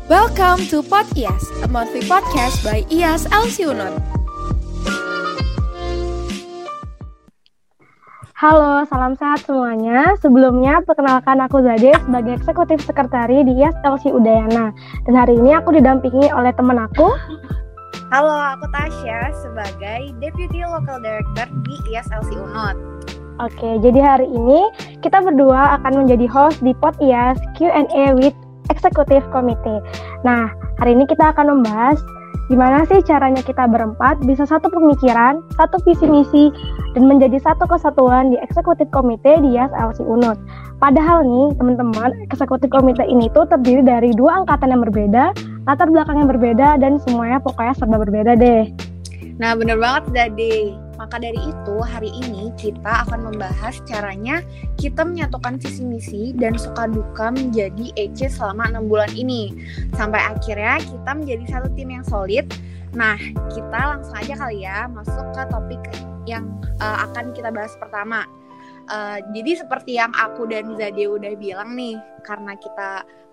Welcome to Pod IAS, a monthly podcast by IAS LC Unod. Halo, salam sehat semuanya. Sebelumnya, perkenalkan aku Zade sebagai Eksekutif Sekretari di IAS LC Udayana. Dan hari ini aku didampingi oleh teman aku. Halo, aku Tasya sebagai Deputy Local Director di IAS LC Unod. Oke, jadi hari ini kita berdua akan menjadi host di Pod IAS Q&A with Executive Committee. Nah, hari ini kita akan membahas gimana sih caranya kita berempat bisa satu pemikiran, satu visi misi, dan menjadi satu kesatuan di Executive Committee di IAS LC Unod. Padahal nih, teman-teman, Executive Committee ini tuh terdiri dari dua angkatan yang berbeda, latar belakang yang berbeda, dan semuanya pokoknya serba berbeda deh. Nah, bener banget Zade. Maka dari itu, hari ini kita akan membahas caranya kita menyatukan visi misi dan suka duka menjadi EC selama 6 bulan ini. Sampai akhirnya kita menjadi satu tim yang solid. Nah, kita langsung aja kali ya masuk ke topik yang akan kita bahas pertama. Jadi seperti yang aku dan Zade udah bilang nih, karena kita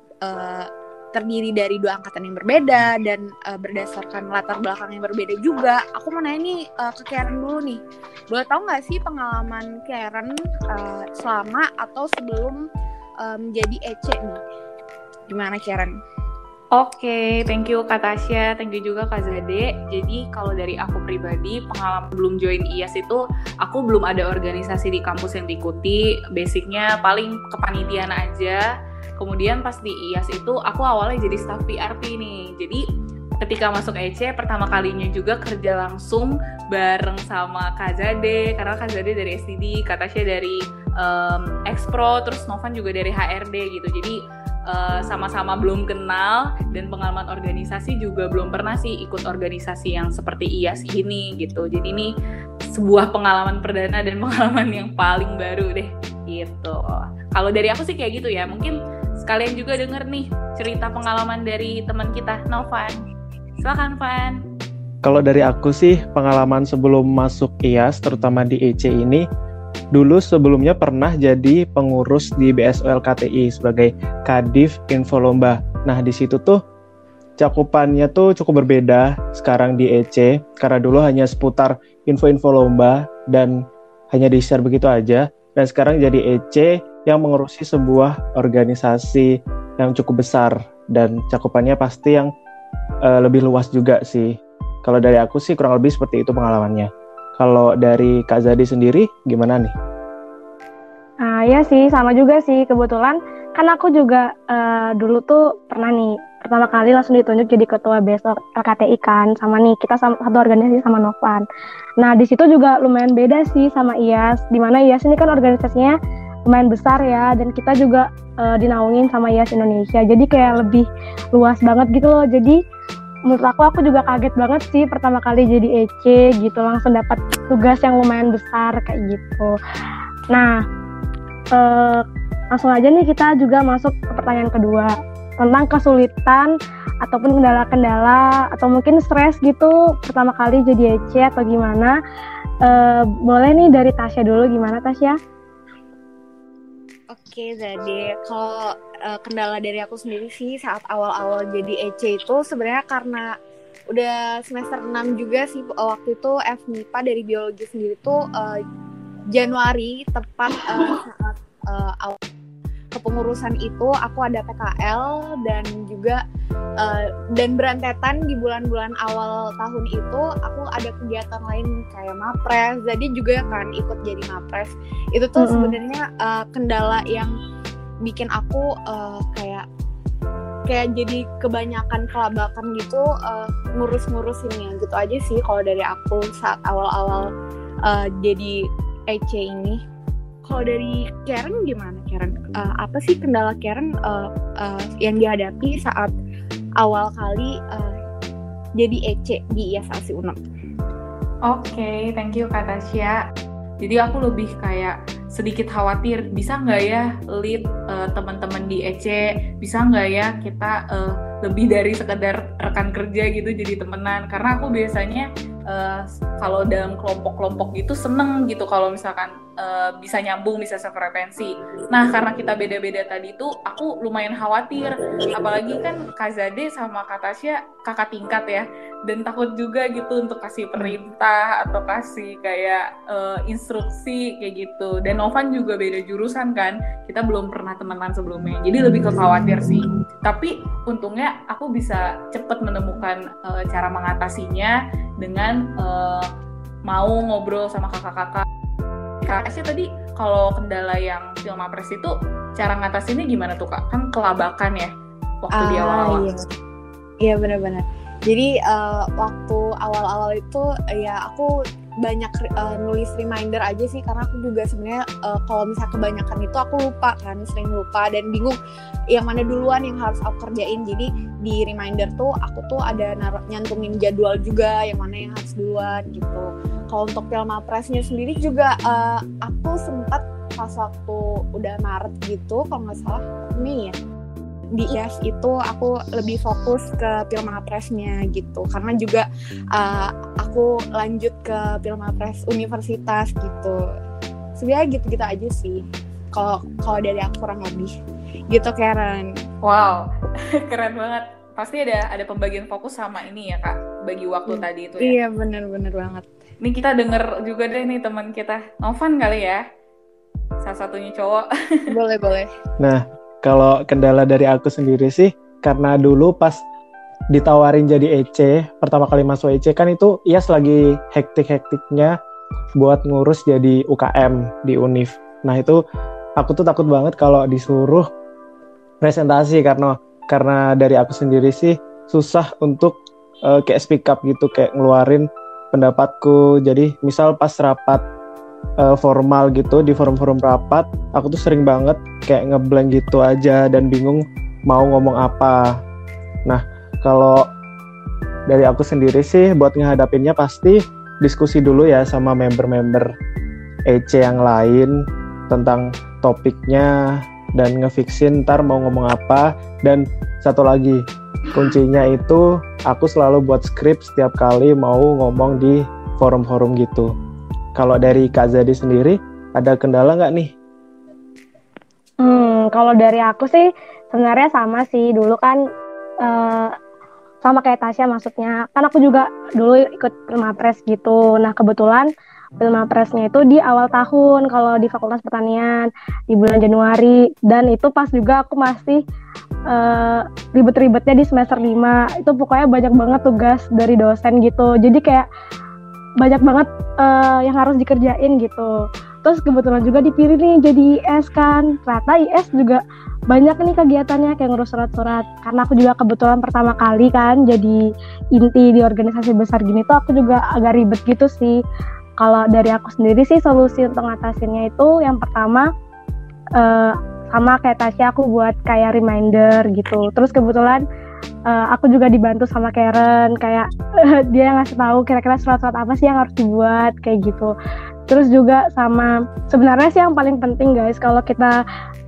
terdiri dari dua angkatan yang berbeda dan berdasarkan latar belakang yang berbeda juga. Aku mau nanya nih ke Karen dulu nih. Boleh tahu nggak sih pengalaman Karen selama atau sebelum menjadi EC nih? Gimana Karen? Oke, thank you Kak Tasya, thank you juga Kak Zade. Jadi kalau dari aku pribadi, pengalaman belum join IAS itu, aku belum ada organisasi di kampus yang diikuti. Basicnya paling kepanitiaan aja. Kemudian pas di IAS itu aku awalnya jadi staff PRP nih. Jadi ketika masuk EC pertama kalinya juga kerja langsung bareng sama Kak Zade, karena Kak Zade dari STD, Kak Tasya dari Expro, terus Novan juga dari HRD gitu. Jadi sama-sama belum kenal dan pengalaman organisasi juga belum pernah sih ikut organisasi yang seperti IAS ini gitu. Jadi ini sebuah pengalaman perdana dan pengalaman yang paling baru deh gitu. Kalau dari aku sih kayak gitu ya. Mungkin sekalian juga denger nih cerita pengalaman dari teman kita, Novan. Silakan, Van. Kalau dari aku sih, pengalaman sebelum masuk IAS, terutama di EC ini, dulu sebelumnya pernah jadi pengurus di BSOL KTI sebagai Kadif Info Lomba. Nah, di situ tuh cakupannya tuh cukup berbeda sekarang di EC, karena dulu hanya seputar info-info lomba dan hanya di-share begitu aja. Dan sekarang jadi EC yang mengurusi sebuah organisasi yang cukup besar dan cakupannya pasti yang lebih luas juga sih. Kalau dari aku sih kurang lebih seperti itu pengalamannya. Kalau dari Kak Zadi sendiri gimana nih? Ya sih, sama juga sih. Kebetulan kan aku juga dulu tuh pernah nih pertama kali langsung ditunjuk jadi ketua BSO LKTI kan, sama nih kita satu organisasi sama Novan. Nah di situ juga lumayan beda sih sama IAS, dimana IAS ini kan organisasinya lumayan besar ya, dan kita juga dinaungin sama IAS Indonesia, jadi kayak lebih luas banget gitu loh. Jadi menurut aku juga kaget banget sih pertama kali jadi EC gitu, langsung dapat tugas yang lumayan besar kayak gitu. Nah langsung aja nih kita juga masuk ke pertanyaan kedua tentang kesulitan ataupun kendala-kendala atau mungkin stres gitu pertama kali jadi EC atau gimana. Boleh nih dari Tasya dulu, gimana Tasya? Oke Zade, kalau kendala dari aku sendiri sih saat awal-awal jadi EC itu sebenarnya karena udah semester 6 juga sih, waktu itu FMIPA dari biologi sendiri tuh Januari tepat saat awal kepengurusan itu aku ada PKL dan juga dan berantetan di bulan-bulan awal tahun itu aku ada kegiatan lain kayak Mapres, jadi juga kan ikut jadi Mapres. Itu tuh sebenarnya kendala yang bikin aku kayak jadi kebanyakan kelabakan gitu ngurus-ngurusinnya gitu aja sih kalau dari aku saat awal-awal jadi EC ini. Kalau dari Karen gimana Karen? Apa sih kendala Karen yang dihadapi saat awal kali jadi EC di IAS LC Unod? Oke, thank you Kak Tasya. Jadi aku lebih kayak sedikit khawatir, bisa nggak ya lead teman-teman di EC, bisa nggak ya kita lebih dari sekedar rekan kerja gitu jadi temenan. Karena aku biasanya kalau dalam kelompok-kelompok gitu seneng gitu kalau misalkan bisa nyambung, bisa sefrekuensi. Nah karena kita beda-beda tadi tuh aku lumayan khawatir, apalagi kan Kak Zade sama Kak Tasya kakak tingkat ya, dan takut juga gitu untuk kasih perintah atau kasih kayak instruksi kayak gitu. Dan Novan juga beda jurusan kan, kita belum pernah temenan sebelumnya, jadi lebih ke khawatir sih. Tapi untungnya aku bisa cepet menemukan cara mengatasinya dengan mau ngobrol sama kakak-kakak. Kak Asya tadi kalau kendala yang film Apres itu cara ngatasinnya gimana tuh Kak? Kan kelabakan ya waktu di awal-awal. Iya benar-benar. Jadi waktu awal-awal itu ya aku banyak nulis reminder aja sih, karena aku juga sebenarnya kalau misalnya kebanyakan itu aku lupa kan, sering lupa dan bingung yang mana duluan yang harus aku kerjain. Jadi di reminder tuh aku tuh ada nyantumin jadwal juga yang mana yang harus duluan gitu. Kalau untuk film Apresnya sendiri juga aku sempat pas waktu udah Maret gitu kalau nggak salah Mei ya, di IAS itu aku lebih fokus ke film Apresnya gitu, karena juga aku lanjut ke film Apres universitas gitu. Sebenarnya gitu-gitu aja sih kalau dari aku kurang lebih gitu Karen. Wow keren banget. Pasti ada pembagian fokus sama ini ya Kak, bagi waktu tadi itu ya. Iya benar-benar banget. Ini kita denger juga deh nih teman kita Novan kali ya, salah satunya cowok. Boleh. Nah, kalau kendala dari aku sendiri sih, karena dulu pas ditawarin jadi EC, pertama kali masuk EC kan itu IAS lagi hektik-hektiknya buat ngurus jadi UKM di Univ. Nah itu aku tuh takut banget kalau disuruh presentasi, karena dari aku sendiri sih susah untuk kayak speak up gitu, kayak ngeluarin pendapatku. Jadi misal pas rapat formal gitu, di forum-forum rapat, aku tuh sering banget kayak ngeblank gitu aja dan bingung mau ngomong apa. Nah kalau dari aku sendiri sih buat ngehadapinnya pasti diskusi dulu ya sama member-member EC yang lain tentang topiknya dan ngefixin ntar mau ngomong apa. Dan satu lagi, kuncinya itu aku selalu buat skrip setiap kali mau ngomong di forum-forum gitu. Kalau dari Kak Zade sendiri ada kendala nggak nih? Kalau dari aku sih sebenarnya sama sih. Dulu kan sama kayak Tasya, maksudnya kan aku juga dulu ikut film Apres gitu. Nah kebetulan film Apresnya itu di awal tahun kalau di Fakultas Pertanian di bulan Januari, dan itu pas juga aku masih ribet-ribetnya di semester 5. Itu pokoknya banyak banget tugas dari dosen gitu, jadi kayak banyak banget yang harus dikerjain gitu. Terus kebetulan juga dipilih nih jadi IS kan. Ternyata IS juga banyak nih kegiatannya, kayak ngurus surat-surat. Karena aku juga kebetulan pertama kali kan jadi inti di organisasi besar gini tuh, aku juga agak ribet gitu sih. Kalau dari aku sendiri sih solusi untuk ngatasinnya itu yang pertama sama kayak Tasya, aku buat kayak reminder gitu. Terus kebetulan aku juga dibantu sama Karen, kayak dia ngasih tahu kira-kira surat-surat apa sih yang harus dibuat kayak gitu. Terus juga sama sebenarnya sih yang paling penting guys, kalau kita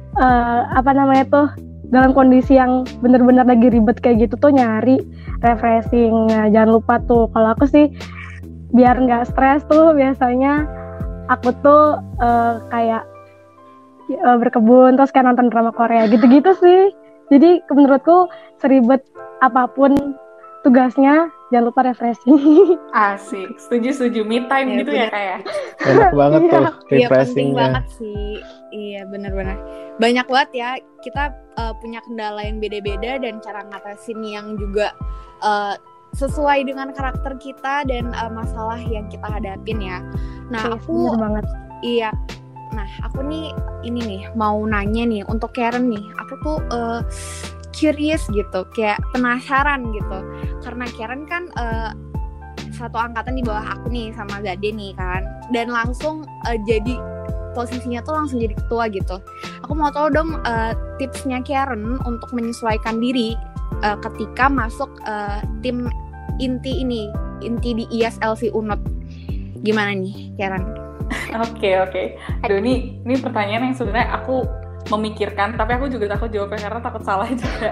dalam kondisi yang benar-benar lagi ribet kayak gitu tuh nyari refreshing. Nah, jangan lupa tuh, kalau aku sih biar nggak stres tuh biasanya aku tuh kayak berkebun, terus kayak nonton drama Korea gitu-gitu sih. Jadi menurutku seribet apapun tugasnya, jangan lupa refreshing. Asik, setuju me time gitu ya kayak. Enak banget tuh refreshingnya. Iya penting banget sih. Iya benar-benar. Banyak banget ya kita punya kendala yang beda-beda dan cara ngatasin yang juga sesuai dengan karakter kita dan masalah yang kita hadapin ya. Nah aku banget. Iya. Nah aku nih ini nih mau nanya nih untuk Karen nih. Aku tuh curious gitu, kayak penasaran gitu. Karena Karen kan satu angkatan di bawah aku nih sama Zade nih kan, dan langsung jadi posisinya tuh langsung jadi ketua gitu. Aku mau tahu dong tipsnya Karen untuk menyesuaikan diri ketika masuk tim inti di IAS LC Unod. Gimana nih Karen? Oke. Aduh ini pertanyaan yang sebenarnya aku memikirkan, tapi aku juga takut jawabnya karena takut salah juga.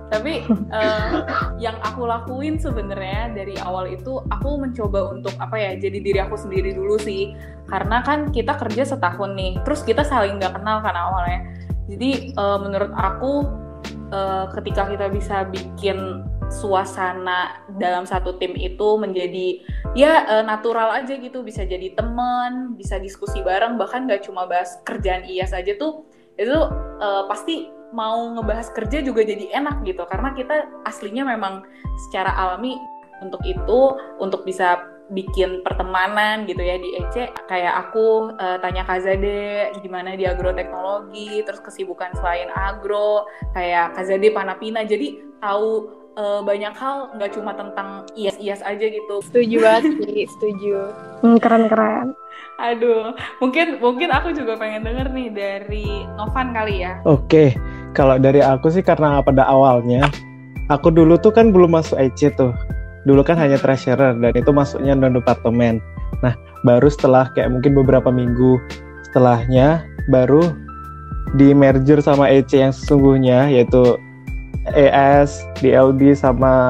Tapi yang aku lakuin sebenarnya dari awal itu aku mencoba untuk jadi diri aku sendiri dulu sih. Karena kan kita kerja setahun nih, terus kita saling nggak kenal kan awalnya. Jadi menurut aku ketika kita bisa bikin suasana dalam satu tim itu menjadi natural aja gitu, bisa jadi teman, bisa diskusi bareng, bahkan nggak cuma bahas kerjaan IAS aja tuh, itu pasti mau ngebahas kerja juga jadi enak gitu, karena kita aslinya memang secara alami untuk itu, untuk bisa bikin pertemanan gitu ya di EC. Kayak aku tanya Kazade gimana di agroteknologi, terus kesibukan selain agro, kayak Kazade Panapina, jadi tahu banyak hal, nggak cuma tentang IAS aja gitu. Setuju banget sih, setuju. Keren. Aduh, mungkin aku juga pengen denger nih dari Novan kali ya. Oke, kalau dari aku sih karena pada awalnya aku dulu tuh kan belum masuk EC tuh. Dulu kan hanya treasurer dan itu masuknya non-departemen. Nah, baru setelah kayak mungkin beberapa minggu setelahnya baru di merger sama EC yang sesungguhnya, yaitu ES, DLD sama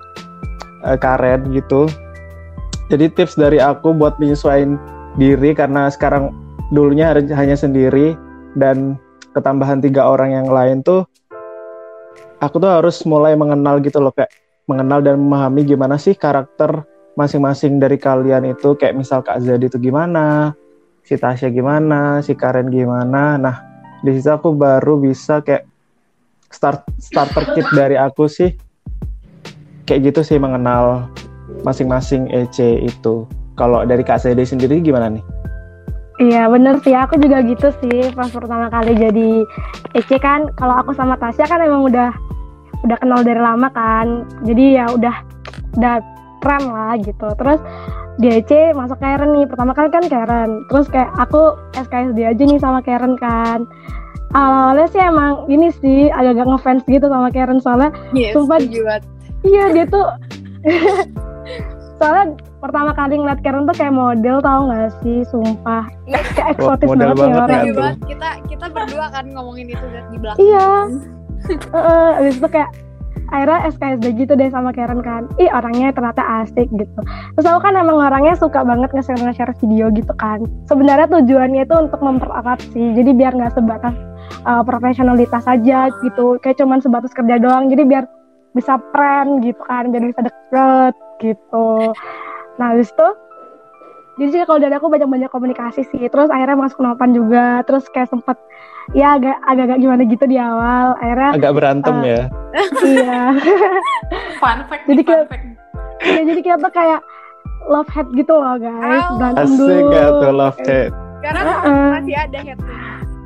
Karen gitu. Jadi tips dari aku buat menyesuaikan diri, karena sekarang dulunya hanya sendiri dan ketambahan 3 orang yang lain tuh, aku tuh harus mulai mengenal gitu loh, kayak mengenal dan memahami gimana sih karakter masing-masing dari kalian itu. Kayak misal Kak Zadi itu gimana, si Tasya gimana, si Karen gimana. Nah, di situ aku baru bisa kayak starter kit dari aku sih kayak gitu sih, mengenal masing-masing EC itu. Kalau dari Kak Zadi sendiri gimana nih? Iya bener sih, aku juga gitu sih pas pertama kali jadi EC kan. Kalau aku sama Tasya kan emang udah kenal dari lama kan, jadi ya udah keren lah gitu. Terus di EC masuk Karen nih, pertama kali kan Karen, terus kayak aku SKSD aja nih sama Karen kan. Awalnya sih emang ini sih agak-agak ngefans gitu sama Karen, soalnya sumpah iya dia tuh soalnya pertama kali ngeliat Karen tuh kayak model, tau gak sih, sumpah kayak eksotis banget ya orang. Kita berdua kan ngomongin itu di belakang. Iya. Abis itu kayak akhirnya SKSD gitu deh sama Karen kan. Orangnya ternyata asik gitu. Terus aku kan emang orangnya suka banget nge-share video gitu kan. Sebenarnya tujuannya itu untuk mempererat sih. Jadi biar gak sebatas profesionalitas aja gitu. Kayak cuman sebatas kerja doang. Jadi biar bisa friend gitu kan. Biar bisa deket gitu. Nah abis itu jadi kalau dari aku banyak komunikasi sih. Terus akhirnya masuk Novan juga. Terus kayak sempet ya agak gimana gitu di awal. Akhirnya agak berantem ya. Iya. Fun fact. Jadi kita kayak love hate gitu loh guys. Berantem Asik dulu. gak tuh love hate? Karena masih ada hate-nya.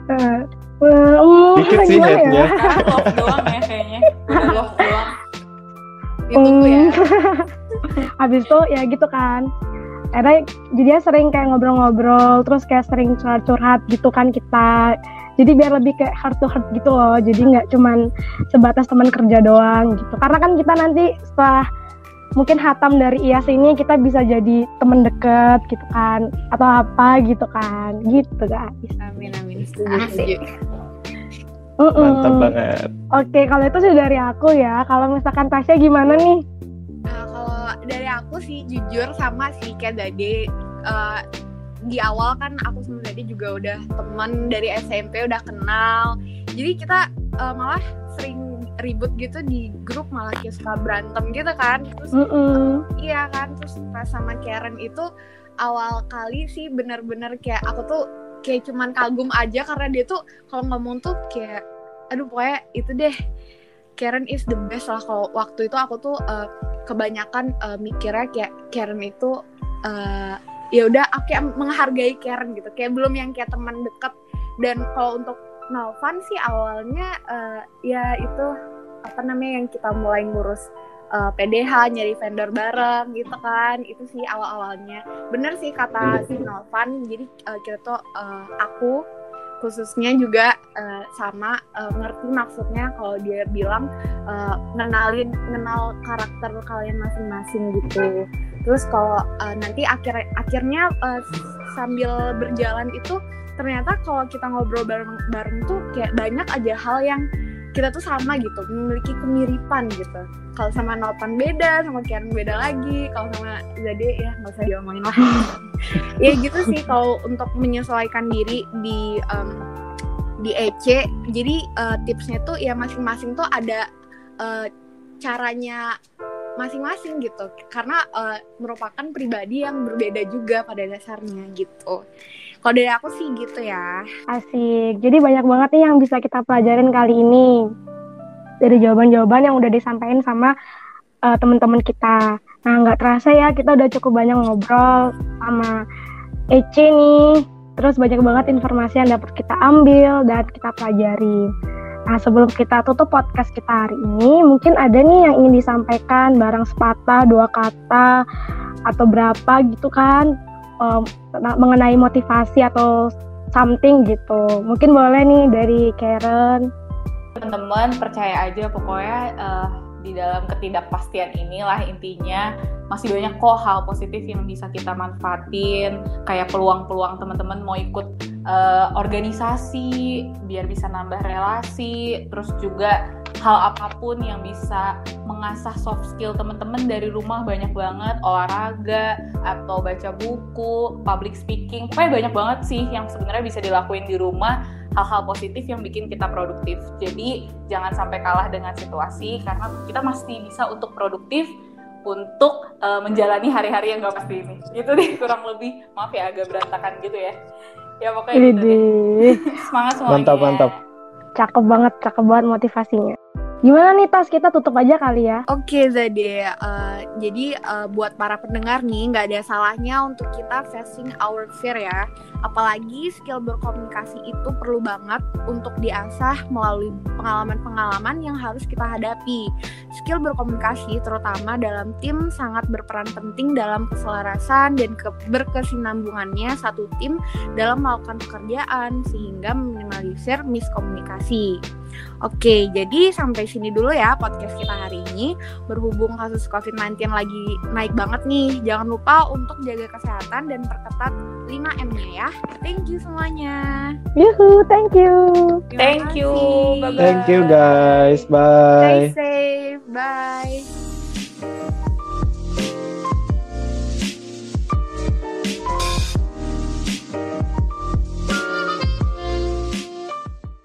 Dikit sih hate-nya. Love doang ya kayaknya. Udah love doang. Ditunggu ya. Habis itu ya gitu kan. Akhirnya jadinya sering kayak ngobrol-ngobrol, terus kayak sering curhat gitu kan kita. Jadi biar lebih kayak heart to heart gitu loh. Jadi nggak cuman sebatas teman kerja doang gitu. Karena kan kita nanti setelah mungkin hatam dari IAS ini kita bisa jadi teman deket gitu kan, atau apa gitu kan, gitu guys. Amin. Setuju. Mantap banget. Oke, kalau itu sih dari aku ya. Kalau misalkan Tasya gimana nih? Kalau dari aku sih jujur sama sih kayak Dade. Di awal kan aku sama Dade juga udah teman dari SMP, udah kenal. Jadi kita malah sering ribut gitu di grup, malah kayak suka berantem gitu kan. Terus iya kan, terus pas sama Karen itu awal kali sih bener-bener kayak aku tuh kayak cuman kagum aja, karena dia tuh kalau ngomong tuh kayak aduh pokoknya itu deh, Karen is the best lah. Kalau waktu itu aku tuh kebanyakan mikirnya kayak Karen itu ya udah aku menghargai Karen gitu, kayak belum yang kayak teman dekat. Dan kalau untuk Novan sih awalnya ya itu apa namanya yang kita mulai ngurus PDH, nyari vendor bareng gitu kan, itu sih awal-awalnya. Bener sih kata si Novan, jadi kita tuh aku khususnya juga sama ngerti maksudnya kalau dia bilang kenal karakter kalian masing-masing gitu. Terus kalau nanti akhirnya sambil berjalan itu ternyata kalau kita ngobrol bareng tuh kayak banyak aja hal yang kita tuh sama gitu, memiliki kemiripan gitu. Kalau sama Nopan beda, sama Kian beda lagi, kalau sama Zade ya nggak usah diomongin lah. Ya gitu sih kalau untuk menyesuaikan diri di EC. Jadi tipsnya tuh ya masing-masing tuh ada caranya masing-masing gitu, karena merupakan pribadi yang berbeda juga pada dasarnya gitu. Kalau dari aku sih gitu ya. Asik. Jadi banyak banget nih yang bisa kita pelajarin kali ini dari jawaban-jawaban yang udah disampaikan sama teman-teman kita. Nah, nggak terasa ya kita udah cukup banyak ngobrol sama EC nih. Terus banyak banget informasi yang dapat kita ambil dan kita pelajari. Nah, sebelum kita tutup podcast kita hari ini, mungkin ada nih yang ingin disampaikan barang sepatah, 2 kata, atau berapa gitu kan, mengenai motivasi atau something gitu. Mungkin boleh nih dari Karen. Teman-teman percaya aja, pokoknya di dalam ketidakpastian inilah intinya masih banyak kok hal positif yang bisa kita manfaatin, kayak peluang-peluang teman-teman mau ikut organisasi biar bisa nambah relasi, terus juga hal apapun yang bisa mengasah soft skill teman-teman dari rumah banyak banget, olahraga atau baca buku, public speaking, pokoknya banyak banget sih yang sebenarnya bisa dilakuin di rumah, hal-hal positif yang bikin kita produktif. Jadi jangan sampai kalah dengan situasi, karena kita masih bisa untuk produktif untuk menjalani hari-hari yang gak pasti ini. Gitu deh kurang lebih, maaf ya agak berantakan gitu ya. Ya pokoknya gitu deh. Semangat semuanya. Mantap. Cakep banget motivasinya. Gimana nih Tas, kita tutup aja kali ya? Oke Zade, jadi buat para pendengar nih nggak ada salahnya untuk kita facing our fear ya. Apalagi skill berkomunikasi itu perlu banget untuk diasah melalui pengalaman-pengalaman yang harus kita hadapi. Skill berkomunikasi terutama dalam tim sangat berperan penting dalam keselarasan dan berkesinambungannya satu tim dalam melakukan pekerjaan sehingga meminimalisir miskomunikasi. Oke, jadi sampai sini dulu ya podcast kita hari ini. Berhubung kasus COVID-19 lagi naik banget nih, jangan lupa untuk jaga kesehatan dan perketat 5M-nya ya. Thank you semuanya. Yuhu, thank you. Thank you. Bye-bye. Thank you guys. Bye. Stay safe. Bye.